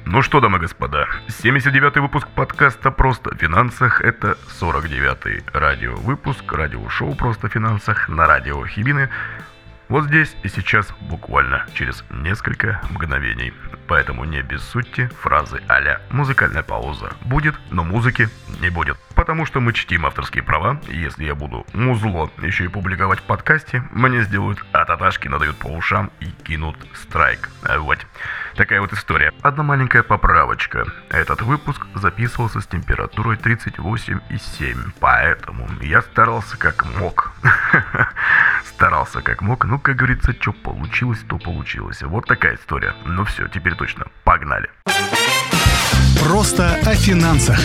Ну что, дамы и господа, 79-й выпуск подкаста «Просто о финансах» — это 49-й радиовыпуск радиошоу «Просто о финансах» на радио Хибины. Вот здесь и сейчас, буквально через несколько мгновений. Поэтому не обессудьте, фразы а-ля «музыкальная пауза» будет, но музыки не будет. Потому что мы чтим авторские права, и если я буду музло еще и публиковать в подкасте, мне сделают ататашки, надают по ушам и кинут страйк. Вот. Такая вот история. Одна маленькая поправочка. Этот выпуск записывался с температурой 38,7, поэтому я старался как мог. Старался как мог, ну, как говорится, что получилось, то получилось. Вот такая история. Ну все, теперь точно. Погнали. Просто о финансах.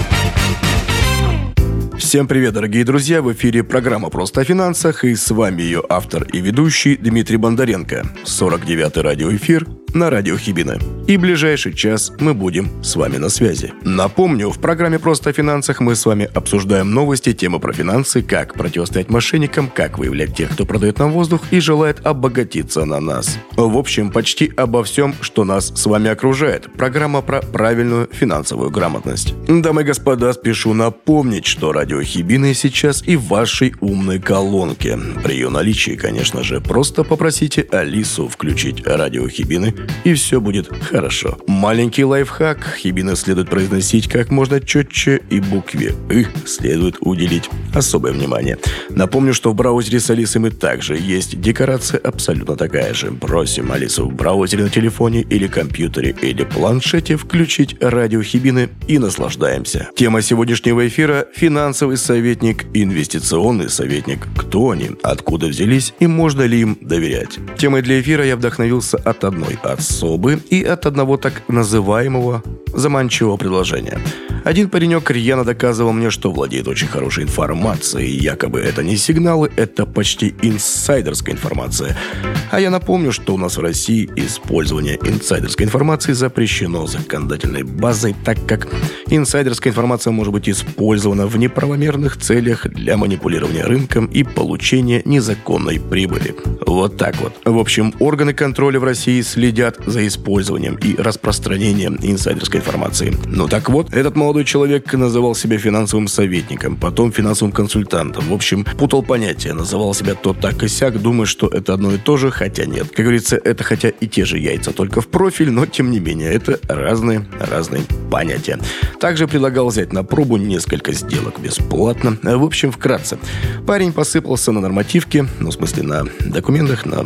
Всем привет, дорогие друзья! В эфире программа «Просто о финансах», и с вами ее автор и ведущий Дмитрий Бондаренко. 49-й радиоэфир на радио Хибина. И ближайший час мы будем с вами на связи. Напомню, в программе «Просто о финансах» мы с вами обсуждаем новости, темы про финансы, как противостоять мошенникам, как выявлять тех, кто продает нам воздух и желает обогатиться на нас. В общем, почти обо всем, что нас с вами окружает. Программа про правильную финансовую грамотность. Дамы и господа, спешу напомнить, что радио Хибины сейчас и в вашей умной колонке. При ее наличии, конечно же, просто попросите Алису включить радио Хибины, и все будет хорошо. Маленький лайфхак. Хибины следует произносить как можно четче, и букве «ы» следует уделить особое внимание. Напомню, что в браузере с Алисой мы также есть декорация абсолютно такая же. Просим Алису в браузере на телефоне или компьютере или планшете включить радио Хибины и наслаждаемся. Тема сегодняшнего эфира – финансовый советник, инвестиционный советник. Кто они, откуда взялись и можно ли им доверять? Темой для эфира я вдохновился от одной особы и от одного так называемого заманчивого предложения. Один паренек рьяно доказывал мне, что владеет очень хорошей информацией. Якобы это не сигналы, это почти инсайдерская информация. А я напомню, что у нас в России использование инсайдерской информации запрещено законодательной базой, так как инсайдерская информация может быть использована в неправомерных целях для манипулирования рынком и получения незаконной прибыли. Вот так вот. В общем, органы контроля в России следят за использованием и распространением инсайдерской информации. Ну так вот, этот молодой человек называл себя финансовым советником, потом финансовым консультантом. В общем, путал понятия, называл себя то так и сяк, думая, что это одно и то же, хотя нет. Как говорится, это хотя и те же яйца, только в профиль, но тем не менее, это разные понятия. Также предлагал взять на пробу несколько сделок бесплатно. В общем, вкратце. Парень посыпался на нормативке, ну, в смысле, на документах, на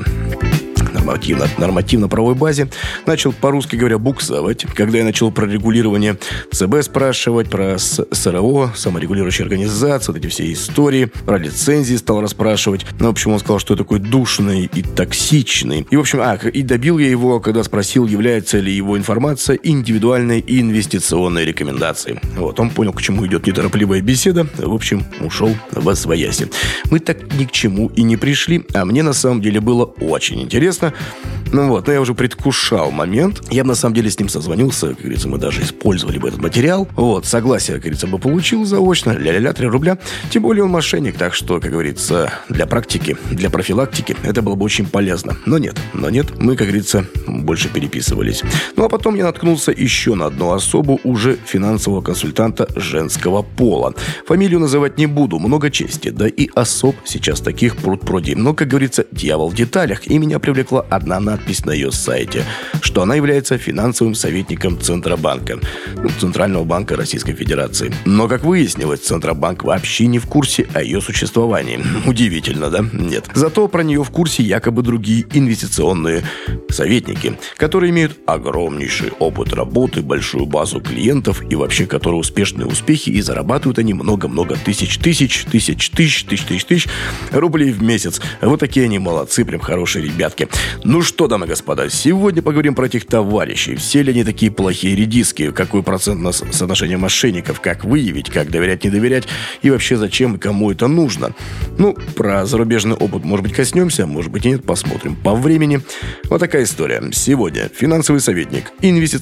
нормативно-правовой базе, начал, по-русски говоря, буксовать. Когда я начал про регулирование ЦБ спрашивать, про СРО, саморегулирующие организации, вот эти все истории, про лицензии стал расспрашивать. Ну, в общем, он сказал, что я такой душный и токсичный. И, в общем, и добил я его, когда спросил, является ли его информация индивидуальной инвестиционной рекомендацией. Вот, он понял, к чему идет неторопливая беседа. В общем, ушел восвояси. Мы так ни к чему и не пришли, а мне на самом деле было очень интересно. Ну вот, но я уже предвкушал момент. Я бы на самом деле с ним созвонился, как говорится, мы даже использовали бы этот материал. Вот, согласие, как говорится, бы получил заочно, ля-ля-ля, 3 рубля. Тем более он мошенник, так что, как говорится, для практики, для профилактики это было бы очень полезно. Но нет, мы, как говорится, больше переписывались. Ну а потом я наткнулся еще на одну особу, уже финансового консультанта женского пола. Фамилию называть не буду, много чести, да и особ сейчас таких пруд-пруди. Но, как говорится, дьявол в деталях, и меня привлекла одна надпись на ее сайте, что она является финансовым советником Центробанка, Центрального банка Российской Федерации. Но, как выяснилось, Центробанк вообще не в курсе о ее существовании. Удивительно, да? Нет. Зато про нее в курсе якобы другие инвестиционные советники, которые имеют огромнейший опыт работы, большую базу клиентов и вообще которые успешные успехи, и зарабатывают они много-много тысяч рублей в месяц. Вот такие они молодцы, прям хорошие ребятки. Ну что, дамы и господа, сегодня поговорим про этих товарищей. Все ли они такие плохие редиски? Какой процент соотношения мошенников? Как выявить? Как доверять, не доверять? И вообще зачем и кому это нужно? Ну, про зарубежный опыт, может быть, коснемся, может быть, и нет, посмотрим по времени. Вот такая история. Сегодня финансовый советник, инвестиционный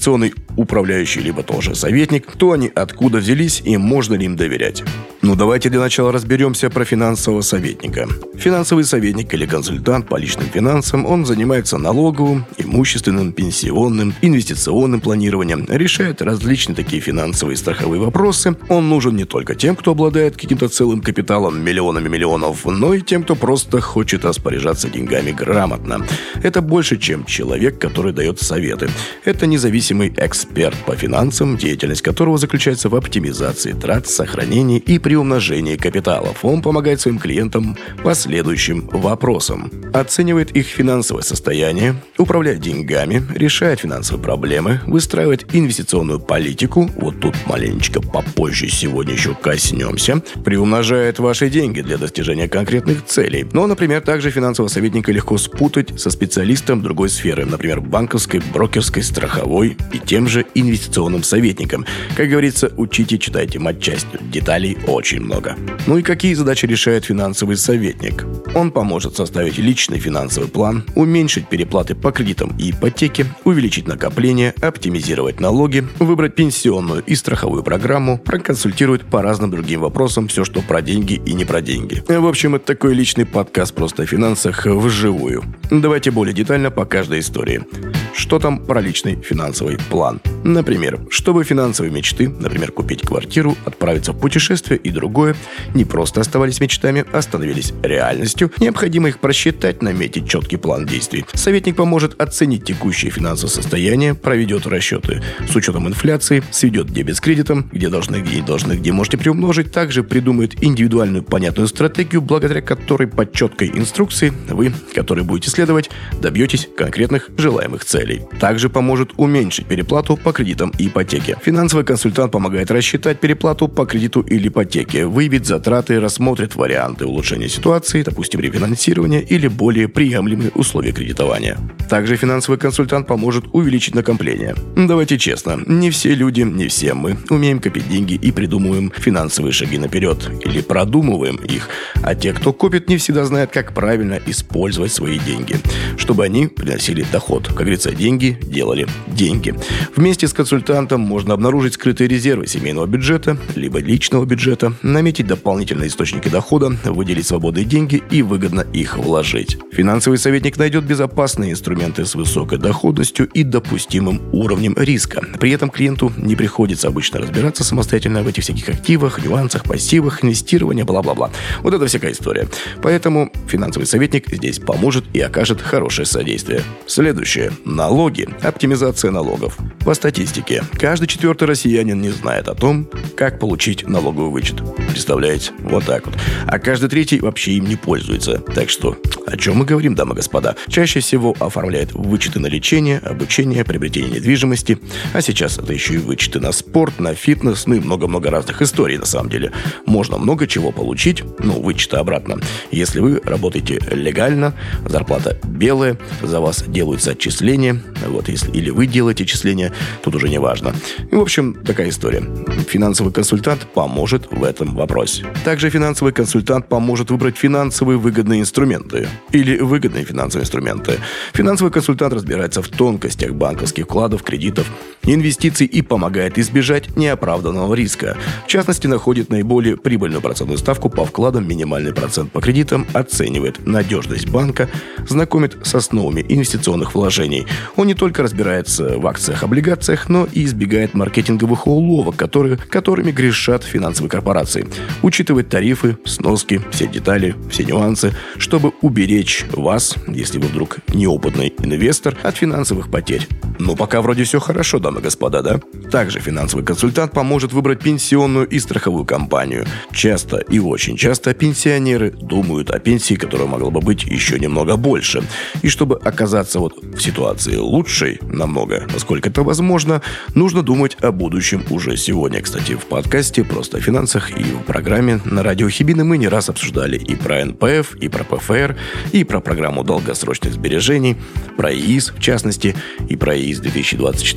управляющий, либо тоже советник, кто они, откуда взялись и можно ли им доверять. Ну давайте для начала разберемся про финансового советника. Финансовый советник или консультант по личным финансам, он занимается налоговым, имущественным, пенсионным, инвестиционным планированием, решает различные такие финансовые и страховые вопросы. Он нужен не только тем, кто обладает каким-то целым капиталом миллионами миллионов, но и тем, кто просто хочет распоряжаться деньгами грамотно. Это больше, чем человек, который дает советы. Это независимый эксперт по финансам, деятельность которого заключается в оптимизации трат, сохранении и приумножении капиталов. Он помогает своим клиентам по следующим вопросам. Оценивает их финансовое состояние, управляет деньгами, решает финансовые проблемы, выстраивает инвестиционную политику, вот тут маленечко попозже сегодня еще коснемся, приумножает ваши деньги для достижения конкретных целей. Но, например, также финансового советника легко спутать со специалистом другой сферы, например, банковской, брокерской, страховой и тем же инвестиционным советником. Как говорится, учите, читайте матчасть, деталей очень много. Ну и какие задачи решает финансовый советник? Он поможет составить личный финансовый план, уменьшить переплаты по кредитам и ипотеке, увеличить накопления, оптимизировать налоги, выбрать пенсионную и страховую программу, проконсультирует по разным другим вопросам все, что про деньги и не про деньги. В общем, это такой личный подкаст просто о финансах вживую. Давайте более детально по каждой истории. Что там про личный финансовый план? Например, чтобы финансовые мечты, например, купить квартиру, отправиться в путешествие и другое, не просто оставались мечтами, а становились реальностью, необходимо их просчитать, наметить четкий план действий. Советник поможет оценить текущее финансовое состояние, проведет расчеты с учетом инфляции, сведет дебет с кредитом, где должны, где не должны, где можете приумножить, также придумает индивидуальную понятную стратегию, благодаря которой по четкой инструкции вы, которой будете следовать, добьетесь конкретных желаемых целей. Также поможет уменьшить переплату по кредитам и ипотеке. Финансовый консультант помогает рассчитать переплату по кредиту или ипотеке, выявить затраты, рассмотрит варианты улучшения ситуации, допустим, рефинансирования или более приемлемые условия кредитования. Также финансовый консультант поможет увеличить накопления. Давайте честно, не все люди, не все мы умеем копить деньги и придумываем финансовые шаги наперед или продумываем их, а те, кто копит, не всегда знают, как правильно использовать свои деньги, чтобы они приносили доход. Как говорится, деньги делали деньги. Вместе с консультантом можно обнаружить скрытые резервы семейного бюджета, либо личного бюджета, наметить дополнительные источники дохода, выделить свободные деньги и выгодно их вложить. Финансовый советник найдет безопасные инструменты с высокой доходностью и допустимым уровнем риска. При этом клиенту не приходится обычно разбираться самостоятельно в этих всяких активах, нюансах, пассивах, инвестирования, бла-бла-бла. Вот это всякая история. Поэтому финансовый советник здесь поможет и окажет хорошее содействие. Следующее. Налоги. Оптимизация налогов. По статистике, каждый четвертый россиянин не знает о том, как получить налоговый вычет. Представляете? Вот так вот. А каждый третий вообще им не пользуется. Так что, о чем мы говорим, дамы и господа? Чаще всего оформляет вычеты на лечение, обучение, приобретение недвижимости. А сейчас это еще и вычеты на спорт, на фитнес, ну и много-много разных историй на самом деле. Можно много чего получить, вычеты обратно. Если вы работаете легально, зарплата белая, за вас делаются отчисления, или вы делаете отчисления, тут уже не важно. И, в общем, такая история. Финансовый консультант поможет в этом вопросе. Также финансовый консультант поможет выбрать финансовые выгодные инструменты или выгодные финансовые инструменты. Финансовый консультант разбирается в тонкостях банковских вкладов, кредитов, инвестиций и помогает избежать неоправданного риска. В частности, находит наиболее прибыльную процентную ставку по вкладам, минимальный процент по кредитам, оценивает надежность банка, знакомит с основами инвестиционных вложений. Он не только разбирается в акциях, облигациях, но и избегает маркетинговых уловок, которыми грешат финансовые корпорации. Учитывает тарифы, сноски, все детали, все нюансы, чтобы уберечь вас, если вы вдруг неопытный инвестор, от финансовых потерь. Пока вроде все хорошо, дамы и господа, да? Также финансовый консультант поможет выбрать пенсионную и страховую компанию. Часто и очень часто пенсионеры думают о пенсии, которая могла бы быть еще немного больше. И чтобы оказаться в ситуации лучшей намного, насколько это возможно, нужно думать о будущем уже сегодня. Кстати, в подкасте «Просто о финансах» и в программе на радио Хибины мы не раз обсуждали и про НПФ, и про ПФР, и про программу долгосрочных сбережений, про ИИС в частности, и про ИИС 2024.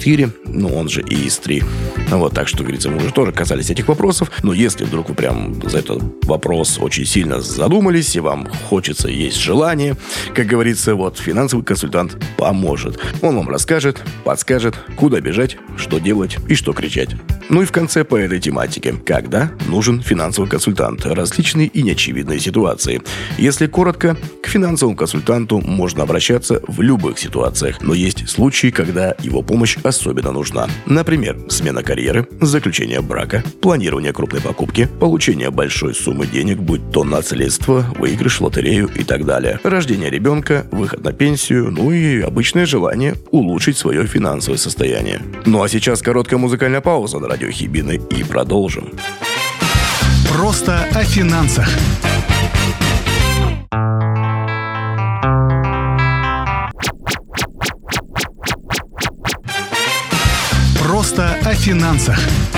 он же ИИС-3. Вот, так что, говорится, мы уже тоже касались этих вопросов. Но если вдруг вы прям за этот вопрос очень сильно задумались, и вам хочется, есть желание, как говорится, вот, финансовый консультант поможет. Он вам расскажет, подскажет, куда бежать, что делать и что кричать. Ну и в конце по этой тематике. Когда нужен финансовый консультант? Различные и неочевидные ситуации. Если коротко, к финансовому консультанту можно обращаться в любых ситуациях, но есть случаи, когда его помощь особенно нужна. Например, смена карьеры, заключение брака, планирование крупной покупки, получение большой суммы денег, будь то наследство, выигрыш в лотерею и так далее, рождение ребенка, выход на пенсию, ну и обычное желание улучшить свое финансовое состояние. Ну а сейчас короткая музыкальная пауза на радио Хибины и продолжим. Просто о финансах. Просто о финансах.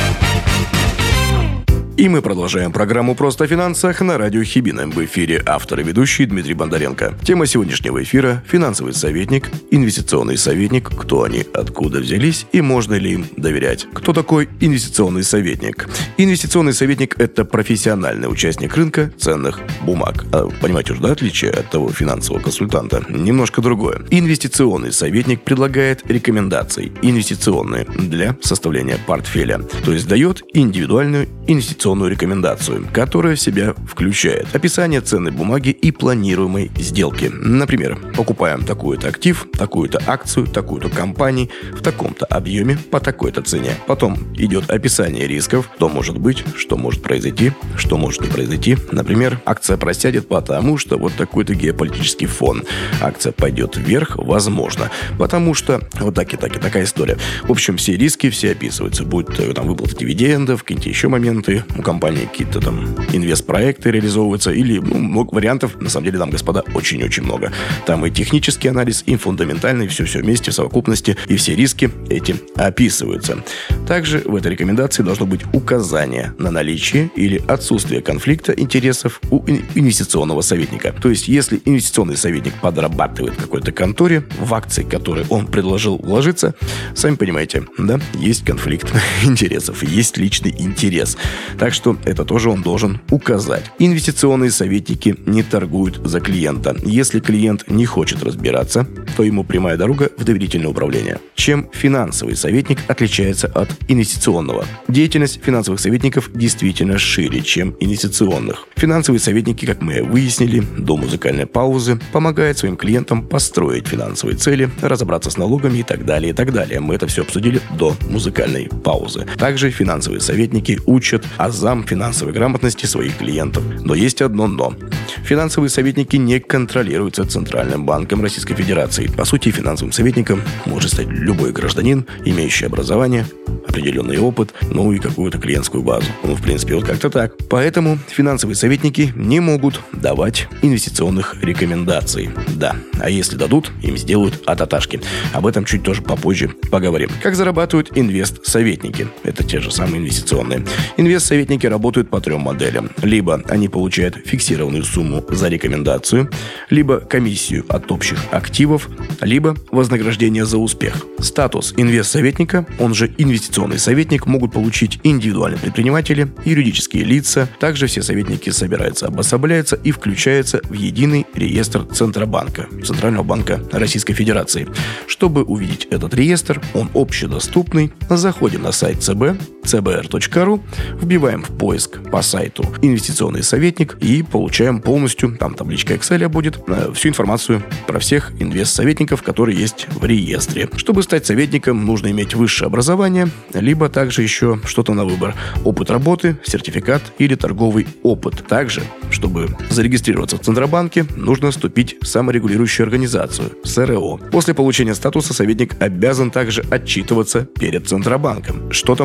И мы продолжаем программу «Просто о финансах» на радио Хибина. В эфире автор и ведущий Дмитрий Бондаренко. Тема сегодняшнего эфира – финансовый советник, инвестиционный советник, кто они, откуда взялись и можно ли им доверять. Кто такой инвестиционный советник? Инвестиционный советник – это профессиональный участник рынка ценных бумаг. Понимаете уже, да, отличие от того финансового консультанта? Немножко другое. Инвестиционный советник предлагает рекомендации инвестиционные для составления портфеля. То есть дает индивидуальную инвестиционную рекомендацию, которая в себя включает описание ценной бумаги и планируемой сделки. Например, покупаем такой-то актив, такую-то акцию, такую-то компанию в таком-то объеме по такой-то цене. Потом идет описание рисков, что может быть, что может произойти, что может не произойти. Например, акция просядет, потому что вот такой-то геополитический фон. Акция пойдет вверх, возможно, потому что вот так и такая история. В общем, все риски, все описываются. Будь то там выплаты дивидендов, какие-то еще моменты, у компании какие-то там инвестпроекты реализовываются, или много вариантов, на самом деле там, господа, очень-очень много. Там и технический анализ, и фундаментальный, все вместе, в совокупности, и все риски эти описываются. Также в этой рекомендации должно быть указание на наличие или отсутствие конфликта интересов у инвестиционного советника. То есть, если инвестиционный советник подрабатывает в какой-то конторе, в акции, которые он предложил вложиться, сами понимаете, да, есть конфликт интересов, есть личный интерес. Так что это тоже он должен указать. Инвестиционные советники не торгуют за клиента. Если клиент не хочет разбираться, то ему прямая дорога в доверительное управление. Чем финансовый советник отличается от инвестиционного? Деятельность финансовых советников действительно шире, чем инвестиционных. Финансовые советники, как мы выяснили до музыкальной паузы, помогают своим клиентам построить финансовые цели, разобраться с налогами и так далее, и так далее. Мы это все обсудили до музыкальной паузы. Также финансовые советники учат азам финансовой грамотности своих клиентов. Но есть одно «но». Финансовые советники не контролируются Центральным банком Российской Федерации. По сути, финансовым советником может стать любой гражданин, имеющий образование, определенный опыт, ну и какую-то клиентскую базу. В принципе, вот как-то так. Поэтому финансовые советники не могут давать инвестиционных рекомендаций. Да, а если дадут, им сделают ататашки. Об этом чуть тоже попозже поговорим. Как зарабатывают инвест-советники? Это те же самые инвестиционные. Инвест-советники работают по 3 моделям. Либо они получают фиксированную сумму за рекомендацию, либо комиссию от общих активов, либо вознаграждение за успех. Статус инвест-советника, он же инвестиционный советник, могут получить индивидуальные предприниматели, юридические лица. Также все советники собираются, обособляются и включаются в единый реестр Центробанка, Центрального банка Российской Федерации. Чтобы увидеть этот реестр, он общедоступный. Заходим на сайт ЦБ, cbr.ru, вбиваем в поиск по сайту «Инвестиционный советник» и получаем полностью, там табличка Excel будет, всю информацию про всех инвест-советников, которые есть в реестре. Чтобы стать советником, нужно иметь высшее образование, либо также еще что-то на выбор. Опыт работы, сертификат или торговый опыт. Также, чтобы зарегистрироваться в Центробанке, нужно вступить в саморегулирующую организацию СРО. После получения статуса советник обязан также отчитываться перед Центробанком. Что там по отчетности?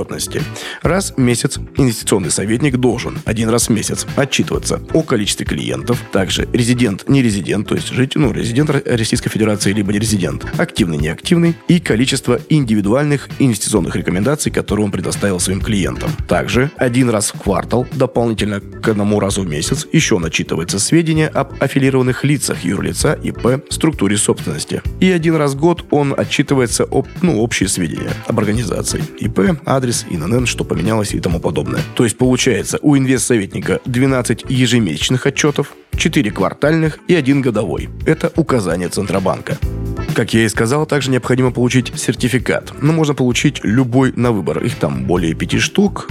отчетности. Раз в месяц инвестиционный советник должен один раз в месяц отчитываться о количестве клиентов, также резидент, не резидент, то есть резидент Российской Федерации либо не резидент, активный, неактивный, и количество индивидуальных инвестиционных рекомендаций, которые он предоставил своим клиентам. Также один раз в квартал, дополнительно к одному разу в месяц, еще начитывается сведения об аффилированных лицах юрлица, ИП, структуре собственности. И один раз в год он отчитывается об общие сведения об организации, ИП, адрес, ИНН, что поменялось и тому подобное. То есть получается у инвестсоветника 12 ежемесячных отчетов, 4 квартальных и 1 годовой. Это указание Центробанка. Как я и сказал, также необходимо получить сертификат. Но можно получить любой на выбор. Их там более 5 штук.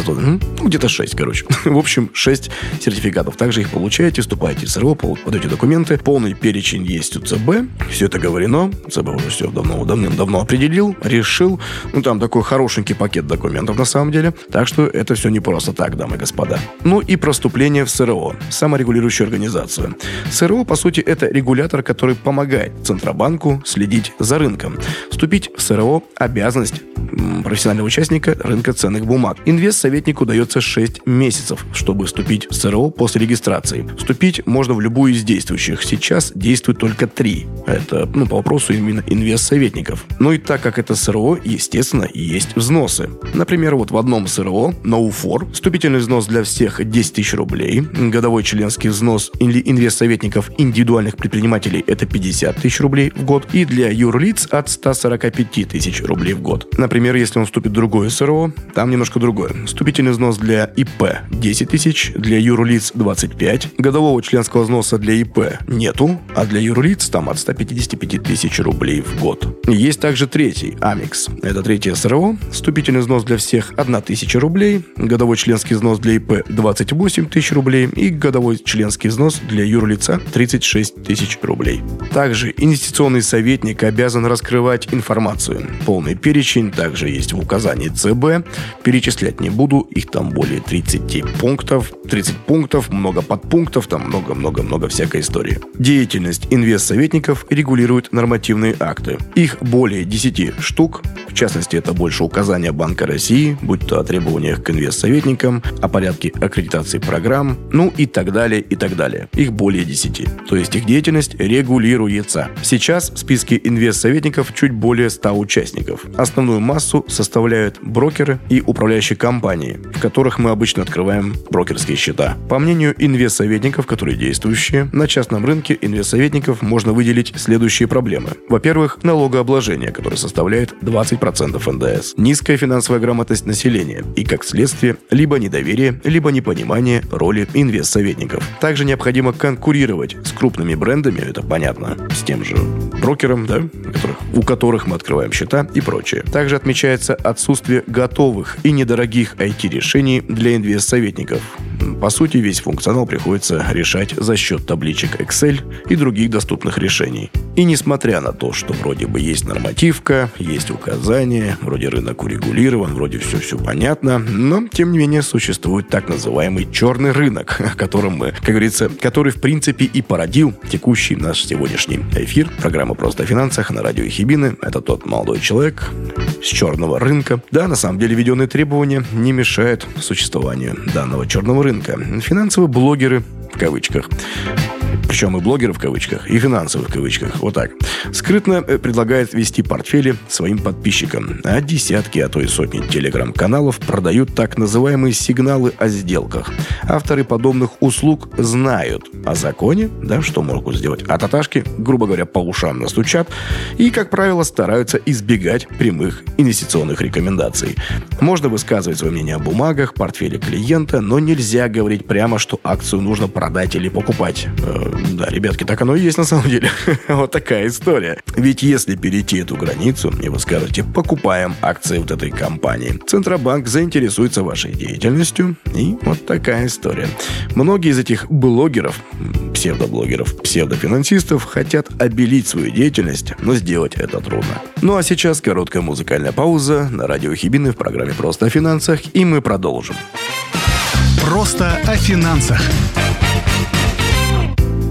Где-то 6, короче. В общем, 6 сертификатов. Также их получаете, вступаете в СРО, подаете документы. Полный перечень есть у ЦБ. Все это говорено. ЦБ уже все давным-давно определил, решил. Там такой хорошенький пакет документов на самом деле. Так что это все не просто так, дамы и господа. Ну и проступление в СРО. Саморегулирующую организацию. СРО, по сути, это регулятор, который помогает Центробанку следить за рынком. Вступить в СРО – обязанность профессионального участника рынка ценных бумаг. Инвестсоветнику дается 6 месяцев, чтобы вступить в СРО после регистрации. Вступить можно в любую из действующих. Сейчас действует только 3. Это по вопросу именно инвестсоветников. Ну и так как это СРО, естественно, и есть взносы. Например, вот в одном СРО, на УФОР, вступительный взнос для всех 10 тысяч рублей, годовой членский взнос инвестсоветников индивидуальных предпринимателей – это 50 тысяч рублей в год, и для юрлиц от 145 тысяч рублей в год. Например, если он вступит в другое СРО, там немножко другое. Вступительный взнос для ИП 10 тысяч, для юрлиц 25, годового членского взноса для ИП нету, а для юрлиц там от 155 тысяч рублей в год. Есть также третий, Амикс. Это третье СРО. Вступительный взнос для всех 1 тысяча рублей, годовой членский взнос для ИП 28 тысяч рублей и годовой членский взнос для юрлица 36 тысяч рублей. Также инвестиционный советник обязан раскрывать информацию. Полный перечень также есть в указании ЦБ. Перечислять не буду, их там более 30 пунктов. 30 пунктов, много подпунктов, там много-много-много всякой истории. Деятельность инвестсоветников регулирует нормативные акты. Их более 10 штук. В частности, это больше указания Банка России, будь то о требованиях к инвестсоветникам, о порядке аккредитации программ, и так далее, и так далее. Их более 10. То есть их деятельность регулируется. Сейчас в списке инвестсоветников чуть более 100 участников. Основную массу составляют брокеры и управляющие компании, в которых мы обычно открываем брокерские счета. По мнению инвестсоветников, которые действующие, на частном рынке инвестсоветников можно выделить следующие проблемы. Во-первых, налогообложение, которое составляет 20% НДС. Низкая финансовая грамотность населения и, как следствие, либо недоверие, либо непонимание роли инвестсоветников. Также необходимо конкурировать с крупными брендами, это понятно, с тем же брокером, у которых мы открываем счета и прочее. Также отмечается отсутствие готовых и недорогих IT-решений для инвестсоветников. По сути, весь функционал приходится решать за счет табличек Excel и других доступных решений. И несмотря на то, что вроде бы есть нормативка, есть указания, вроде рынок урегулирован, вроде все понятно, но, тем не менее, существует так называемый черный рынок, о котором мы, как говорится, который, в принципе, и породил текущий наш сегодняшний эфир. Программа «Просто о финансах» на радио Хибины. Это тот молодой человек с черного рынка. Да, на самом деле, введенные требования не мешают существованию данного черного рынка. Финансовые блогеры, в кавычках, причем и блогеры в кавычках, и финансовых в кавычках, вот так, скрытно предлагает вести портфели своим подписчикам, а десятки, а то и сотни телеграм-каналов продают так называемые сигналы о сделках. Авторы подобных услуг знают о законе, что могут сделать, а таташки, грубо говоря, по ушам настучат и, как правило, стараются избегать прямых инвестиционных рекомендаций. Можно высказывать свое мнение о бумагах, портфеле клиента, но нельзя говорить прямо, что акцию нужно продать или покупать. Да, ребятки, так оно и есть на самом деле. Вот такая история. Ведь если перейти эту границу, и вы скажете, покупаем акции вот этой компании, Центробанк заинтересуется вашей деятельностью, и вот такая история. Многие из этих блогеров, псевдоблогеров, псевдофинансистов хотят обелить свою деятельность, но сделать это трудно. Ну а сейчас короткая музыкальная пауза на радио Хибины в программе «Просто о финансах», и мы продолжим. Просто о финансах.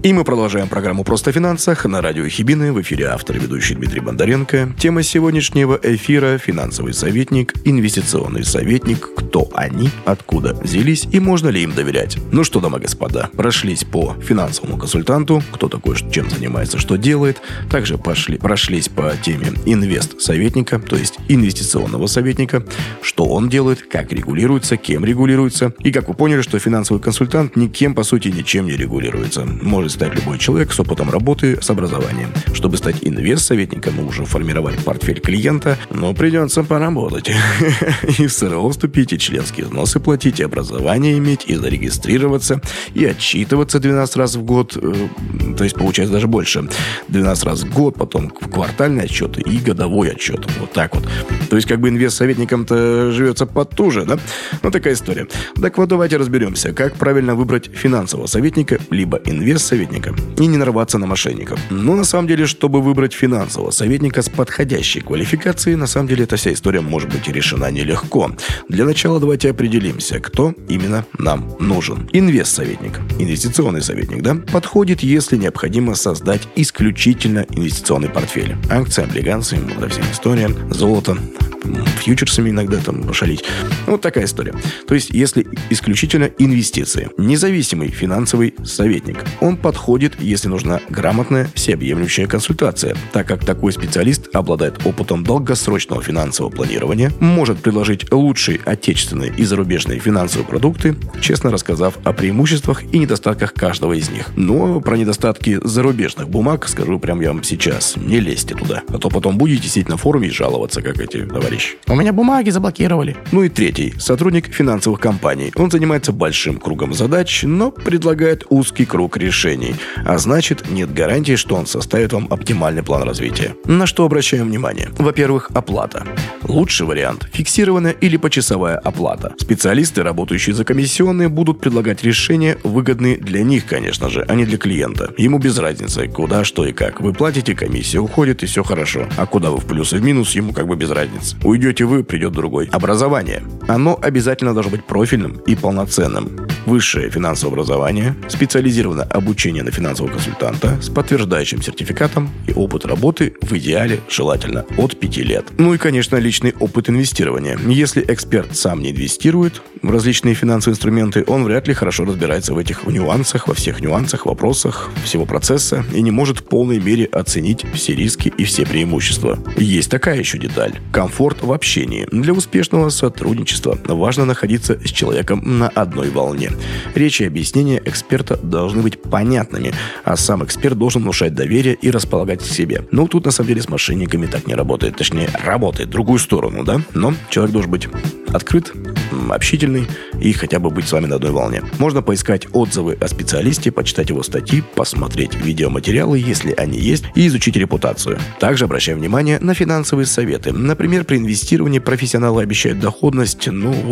И мы продолжаем программу «Просто о финансах» на радио Хибины. В эфире автор и ведущий Дмитрий Бондаренко. Тема сегодняшнего эфира – финансовый советник, инвестиционный советник. Кто они, откуда взялись и можно ли им доверять? Ну что, дамы и господа, прошлись по финансовому консультанту, кто такой, чем занимается, что делает. Также прошлись по теме инвест-советника, то есть инвестиционного советника, что он делает, как регулируется, кем регулируется. И как вы поняли, что финансовый консультант никем, по сути, ничем не регулируется. Может стать любой человек с опытом работы, с образованием. Чтобы стать инвест-советником, нужно формировать портфель клиента, но придется поработать. И в СРО вступить, и членские взносы платить, и образование иметь, и зарегистрироваться, и отчитываться 12 раз в год. То есть, получается, даже больше. 12 раз в год, потом квартальные отчеты и годовой отчет. Вот так вот. То есть, как бы инвест-советникам-то живется потуже, да? Ну, такая история. Так вот, давайте разберемся, как правильно выбрать финансового советника, либо инвест-советника, и не нарваться на мошенников. Но на самом деле, чтобы выбрать финансового советника с подходящей квалификацией, на самом деле эта вся история может быть решена нелегко. Для начала давайте определимся, кто именно нам нужен. Инвест-советник, инвестиционный советник, да, подходит, если необходимо создать исключительно инвестиционный портфель. Акции, облигации, вот эта вся история, золото, фьючерсами иногда там шалить. Вот такая история. То есть, если исключительно инвестиции. Независимый финансовый советник. Он подходит, если нужна грамотная, всеобъемлющая консультация, так как такой специалист обладает опытом долгосрочного финансового планирования, может предложить лучшие отечественные и зарубежные финансовые продукты, честно рассказав о преимуществах и недостатках каждого из них. Но про недостатки зарубежных бумаг скажу прямо я вам сейчас. Не лезьте туда, а то потом будете сидеть на форуме и жаловаться, как эти товарищи. У меня бумаги заблокировали. Ну и третий. Сотрудник финансовых компаний. Он занимается большим кругом задач, но предлагает узкий круг решений. А значит, нет гарантии, что он составит вам оптимальный план развития. На что обращаем внимание? Во-первых, оплата. Лучший вариант – фиксированная или почасовая оплата. Специалисты, работающие за комиссионные, будут предлагать решения, выгодные для них, конечно же, а не для клиента. Ему без разницы, куда, что и как. Вы платите, комиссия уходит, и все хорошо. А куда вы в плюс и в минус, ему как бы без разницы. Уйдете вы, придет другой. Образование. Оно обязательно должно быть профильным и полноценным. Высшее финансовое образование, специализированное обучение на финансового консультанта с подтверждающим сертификатом и опыт работы в идеале желательно от 5 лет. Ну и, конечно, личный опыт инвестирования. Если эксперт сам не инвестирует в различные финансовые инструменты, он вряд ли хорошо разбирается в этих нюансах, во всех нюансах, вопросах всего процесса и не может в полной мере оценить все риски и все преимущества. Есть такая еще деталь. Комфорт в общении. Для успешного сотрудничества важно находиться с человеком на одной волне. Речь и объяснения эксперта должны быть понятными, а сам эксперт должен внушать доверие и располагать к себе. Но тут на самом деле с мошенниками так не работает. Точнее, работает в другую сторону, да? Но человек должен быть открыт, общительный и хотя бы быть с вами на одной волне. Можно поискать отзывы о специалисте, почитать его статьи, посмотреть видеоматериалы, если они есть, и изучить репутацию. Также обращаем внимание на финансовые советы. Например, при инвестировании профессионалы обещают доходность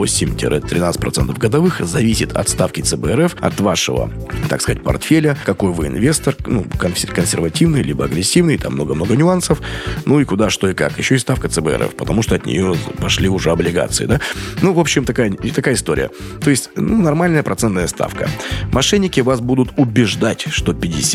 8-13% годовых, зависит от ставки ЦБ РФ, от вашего, так сказать, портфеля, какой вы инвестор, консервативный, либо агрессивный, там много-много нюансов, ну и куда, что и как. Еще и ставка ЦБ РФ, потому что от нее пошли уже облигации, да. Ну, в общем, такая история. То есть, нормальная процентная ставка. Мошенники вас будут убеждать, что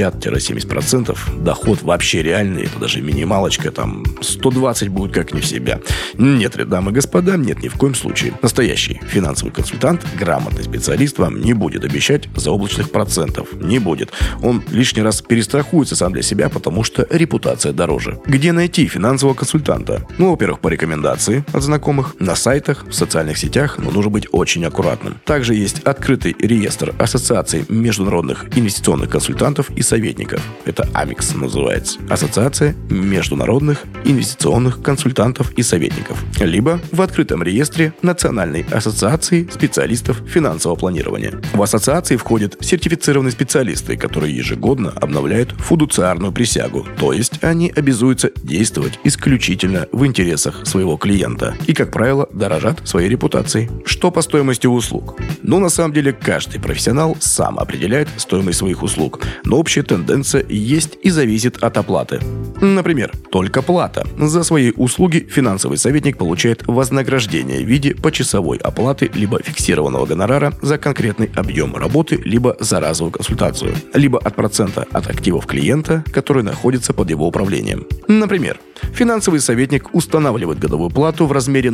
50-70% доход вообще реальный, это даже минималочка, там 120 будет как не в себя. Нет, дамы и господа, нет, ни в коем случае. Настоящий финансовый консультант, грамотный специалист вам не будет обещать заоблачных процентов. Не будет. Он лишний раз перестрахуется сам для себя, потому что репутация дороже. Где найти финансового консультанта? Ну, во-первых, по рекомендации от знакомых, на сайтах, в социальных сетях, но нужно быть очень аккуратным. Также есть открытый реестр Ассоциации международных инвестиционных консультантов и советников. Это АМИКС называется. Ассоциация международных инвестиционных консультантов и советников. Либо в открытом реестре Национальной ассоциации специалистов финансового планирования. В ассоциации входят сертифицированные специалисты, которые ежегодно обновляют фудуциарную присягу, то есть они обязуются действовать исключительно в интересах своего клиента и, как правило, дорожат своей репутацией. Что по стоимости услуг? На самом деле, каждый профессионал сам определяет стоимость своих услуг, но общая тенденция есть и зависит от оплаты. Например, только плата. За свои услуги финансовый советник получает вознаграждение в виде почасовой оплаты либо фиксированного гонорара за конкретный объем работы, либо за разовую консультацию, либо от процента от активов клиента, который находится под его управлением. Например, финансовый советник устанавливает годовую плату в размере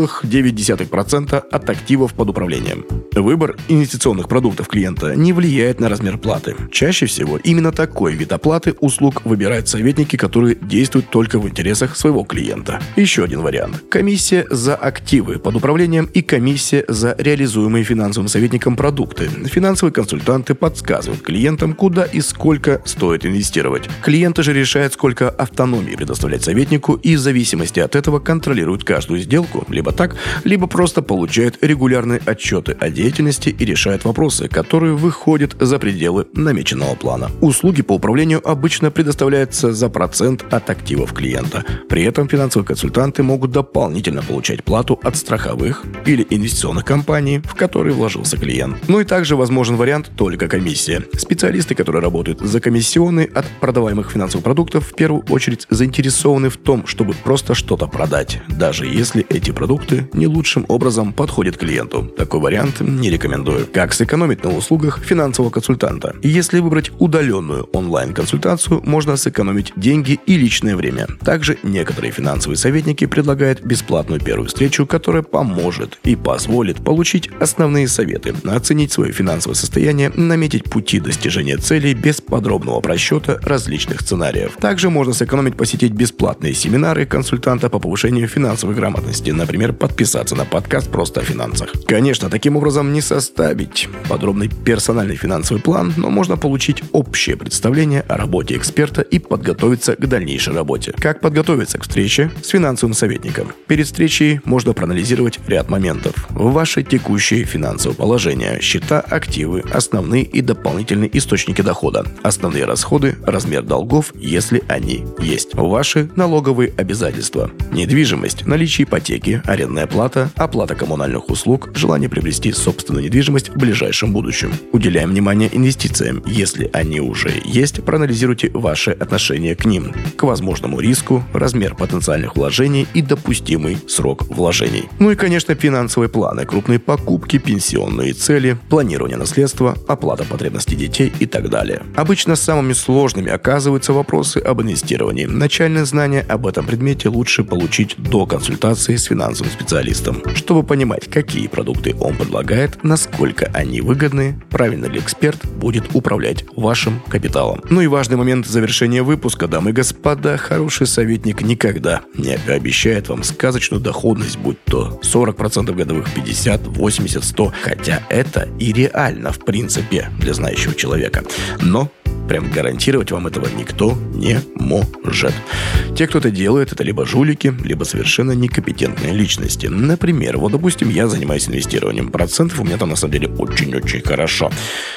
0,9% от активов под управлением. Выбор инвестиционных продуктов клиента не влияет на размер платы. Чаще всего именно такой вид оплаты услуг выбирают советники, которые действуют только в интересах своего клиента. Еще один вариант. Комиссия за активы под управлением и комиссия за реализуемые финансовым советником продукты. Финансовые консультанты подсказывают клиентам, куда и сколько стоит инвестировать. Клиенты же решают, сколько автономии предоставлять советнику, и в зависимости от этого контролируют каждую сделку, либо так, либо просто получают регулярные отчеты о деятельности и решают вопросы, которые выходят за пределы намеченного плана. Услуги по управлению обычно предоставляются за процент от активов клиента. При этом финансовые консультанты могут дополнительно получать плату от страховых или инвестиционных компаний, в которые вложился клиент. Ну и также возможен вариант только комиссия. Специалисты, которые работают за комиссионные от продаваемых финансовых продуктов, в первую очередь заинтересованы в том, чтобы просто что-то продать, даже если эти продукты не лучшим образом подходят клиенту. Такой вариант не рекомендую. Как сэкономить на услугах финансового консультанта? Если выбрать удаленную онлайн-консультацию, можно сэкономить деньги и личное время. Также некоторые финансовые советники предлагают бесплатную первую встречу, которая поможет и позволит получить основные советы, оценить свое финансовое состояние, наметить пути достижения целей без подробного просчета различных сценариев. Также можно сэкономить, посетить бесплатные семинары консультанта по повышению финансовой грамотности, например, подписаться на подкаст «Просто о финансах». Конечно, таким образом не составить подробный персональный финансовый план, но можно получить общее представление о работе эксперта и подготовиться к дальнейшей работе. Как подготовиться к встрече с финансовым советником? Перед встречей можно проанализировать ряд моментов. Ваше текущее финансовое положение, счета, активы, основные и дополнительные источники дохода, основные расходы, размер долгов, если они есть, ваши налоговые обязательства, недвижимость, наличие ипотеки, арендная плата, оплата коммунальных услуг, желание приобрести собственную недвижимость в ближайшем будущем. Уделяем внимание инвестициям. Если они уже есть, проанализируйте ваши отношения к ним, к возможному риску, размер потенциальных вложений и допустимый срок вложений. Ну и, конечно, финансовые планы, крупные покупки, пенсионные цели, планирование наследства, оплата потребностей детей и так далее. Обычно самыми сложными оказываются вопросы об инвестировании. Начальные знания об этом предмете лучше получить до консультации с финансовым специалистом, чтобы понимать, какие продукты он предлагает, насколько они выгодны, правильно ли эксперт будет управлять вашим капиталом. Ну и важный момент завершения выпуска, дамы и господа, хороший советник никогда не обещает вам сказочную доходность, будь то 40% годовых, 50, 80, 100, хотя это и реально в принципе для знающего человека. Но прям гарантировать вам этого никто не может. Те, кто это делает, это либо жулики, либо совершенно некомпетентные личности. Например, вот, допустим, я занимаюсь инвестированием. Процентов у меня там на самом деле очень-очень хорошо.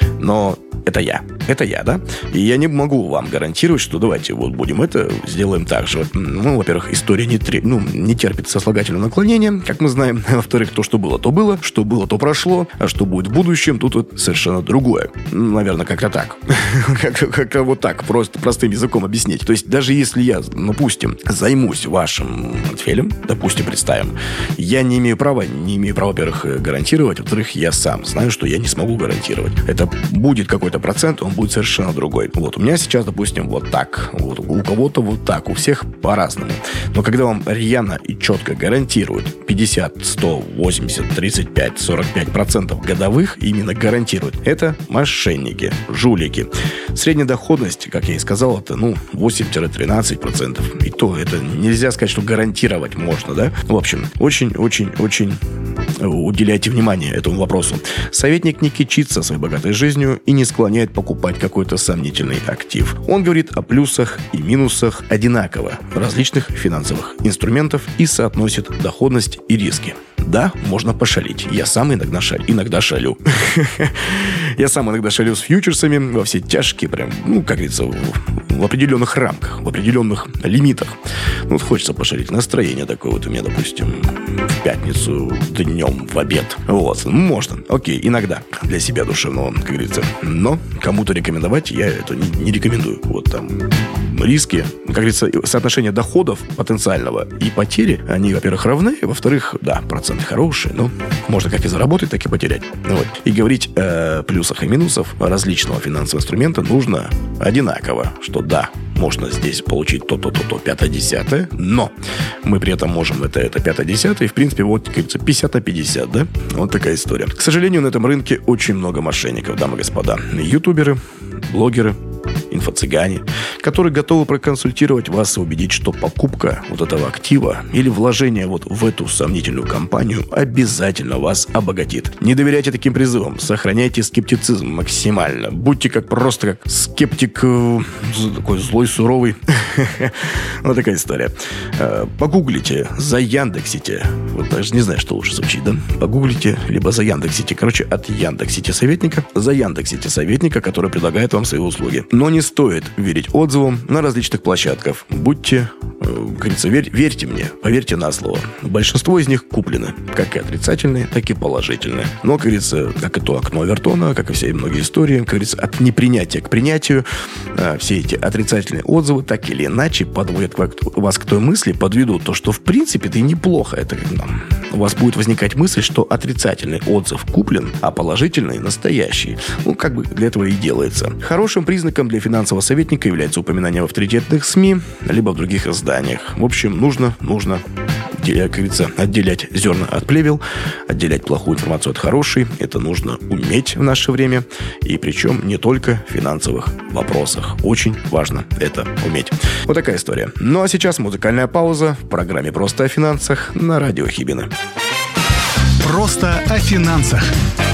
Но это я, да? И я не могу вам гарантировать, что давайте вот будем это, сделаем так же. Ну, во-первых, история не терпит сослагательного наклонения, как мы знаем. Во-вторых, то, что было, то прошло, а что будет в будущем, тут вот совершенно другое. Наверное, как-то так. Как-то вот так, просто простым языком объяснить. То есть, даже если я, допустим, займусь вашим портфелем, допустим, представим, я не имею права, во-первых, гарантировать, во-вторых, я сам знаю, что я не смогу гарантировать. Это будет какой-то процент, он будет совершенно другой. Вот у меня сейчас, допустим, вот так, вот у кого-то вот так, у всех по-разному. Но когда вам рьяно и четко гарантируют 50, 100, 80, 35, 45% годовых, именно гарантируют, это мошенники, жулики. Средняя доходность, как я и сказал, это 8-13%. И то это нельзя сказать, что гарантировать можно, да? В общем, очень-очень-очень уделяйте внимание этому вопросу. Советник не кичится своей богатой жизнью и не склоняет покупать какой-то сомнительный актив. Он говорит о плюсах и минусах одинаково различных финансовых инструментов и соотносит доходность и риски. Да, можно пошалить. Я сам иногда шалю. Я сам иногда шалю с фьючерсами во все тяжкие, прям, как говорится, в определенных рамках, в определенных лимитах. Ну, вот хочется пошарить. Настроение такое вот у меня, допустим, в пятницу днем в обед. Вот, можно. Окей, иногда для себя душевного, как говорится. Но кому-то рекомендовать я это не рекомендую. Вот там риски, как говорится, соотношение доходов потенциального и потери, они, во-первых, равны, во-вторых, да, проценты хорошие, но можно как и заработать, так и потерять. Вот. И говорить о плюсах и минусах различного финансового инструмента нужно одинаково, что да, можно здесь получить то, пятое-десятое, но мы при этом можем это пятое-десятое, и, в принципе, вот, как говорится, 50 на 50, да? Вот такая история. К сожалению, на этом рынке очень много мошенников, дамы и господа. Ютуберы, блогеры, инфо-цыгане, которые готовы проконсультировать вас и убедить, что покупка вот этого актива или вложение вот в эту сомнительную компанию обязательно вас обогатит. Не доверяйте таким призывам, сохраняйте скептицизм максимально. Будьте просто как скептик, такой злой, суровый. Вот такая история. Погуглите, заяндексите. Вот даже не знаю, что лучше звучит, да? Погуглите, либо заяндексите. Короче, от Яндексите советника, заяндексите советника, который предлагает вам свои услуги. Но не стоит верить отзывам на различных площадках. Будьте, как говорится, верьте мне, поверьте на слово. Большинство из них куплены, как и отрицательные, так и положительные. Но, как говорится, как и то окно Овертона, как и все многие истории, как говорится, от непринятия к принятию, все эти отрицательные отзывы так или иначе подводят вас к той мысли, подведут то, что в принципе-то и неплохо. Это у вас будет возникать мысль, что отрицательный отзыв куплен, а положительный настоящий. Ну, как бы для этого и делается. Хорошим признаком для финансового советника является упоминание в авторитетных СМИ, либо в других изданиях. В общем, нужно, как говорится, отделять зерна от плевел, отделять плохую информацию от хорошей. Это нужно уметь в наше время. И причем не только в финансовых вопросах. Очень важно это уметь. Вот такая история. Ну а сейчас музыкальная пауза в программе «Просто о финансах» на радио Хибины. Просто о финансах.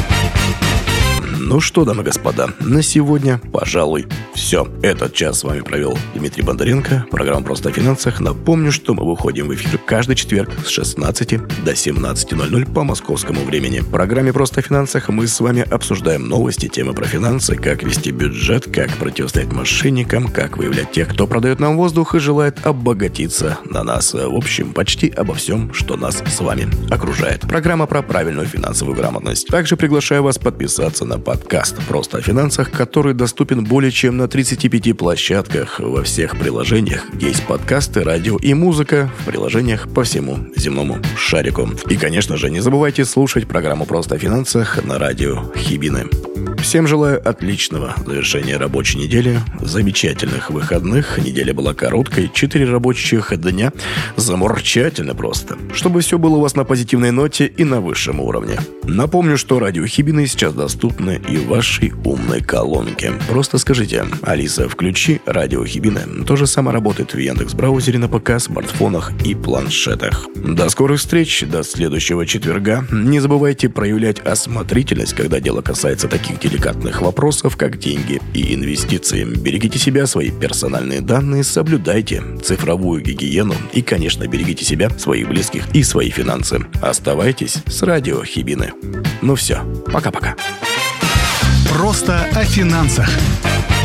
Ну что, дамы и господа, на сегодня, пожалуй, все. Этот час с вами провел Дмитрий Бондаренко. Программа «Просто о финансах». Напомню, что мы выходим в эфир каждый четверг с 16 до 17:00 по московскому времени. В программе «Просто о финансах» мы с вами обсуждаем новости, темы про финансы, как вести бюджет, как противостоять мошенникам, как выявлять тех, кто продает нам воздух и желает обогатиться на нас. В общем, почти обо всем, что нас с вами окружает. Программа про правильную финансовую грамотность. Также приглашаю вас подписаться на подкаст «Просто о финансах», который доступен более чем на 35 площадках во всех приложениях, где есть подкасты, радио и музыка, в приложениях по всему земному шарику. И, конечно же, не забывайте слушать программу «Просто о финансах» на радио Хибины. Всем желаю отличного завершения рабочей недели, замечательных выходных. Неделя была короткой, 4 рабочих дня. Заморчательно просто. Чтобы все было у вас на позитивной ноте и на высшем уровне. Напомню, что радио Хибины сейчас доступно и в вашей умной колонке. Просто скажите: Алиса, включи радио Хибины. То же самое работает в Яндекс.Браузере на ПК, смартфонах и планшетах. До скорых встреч, до следующего четверга. Не забывайте проявлять осмотрительность, когда дело касается таких деликатных вопросов, как деньги и инвестиции. Берегите себя, свои персональные данные, соблюдайте цифровую гигиену и, конечно, берегите себя, своих близких и свои финансы. Оставайтесь с радио Хибины. Ну все, пока-пока. Просто о финансах.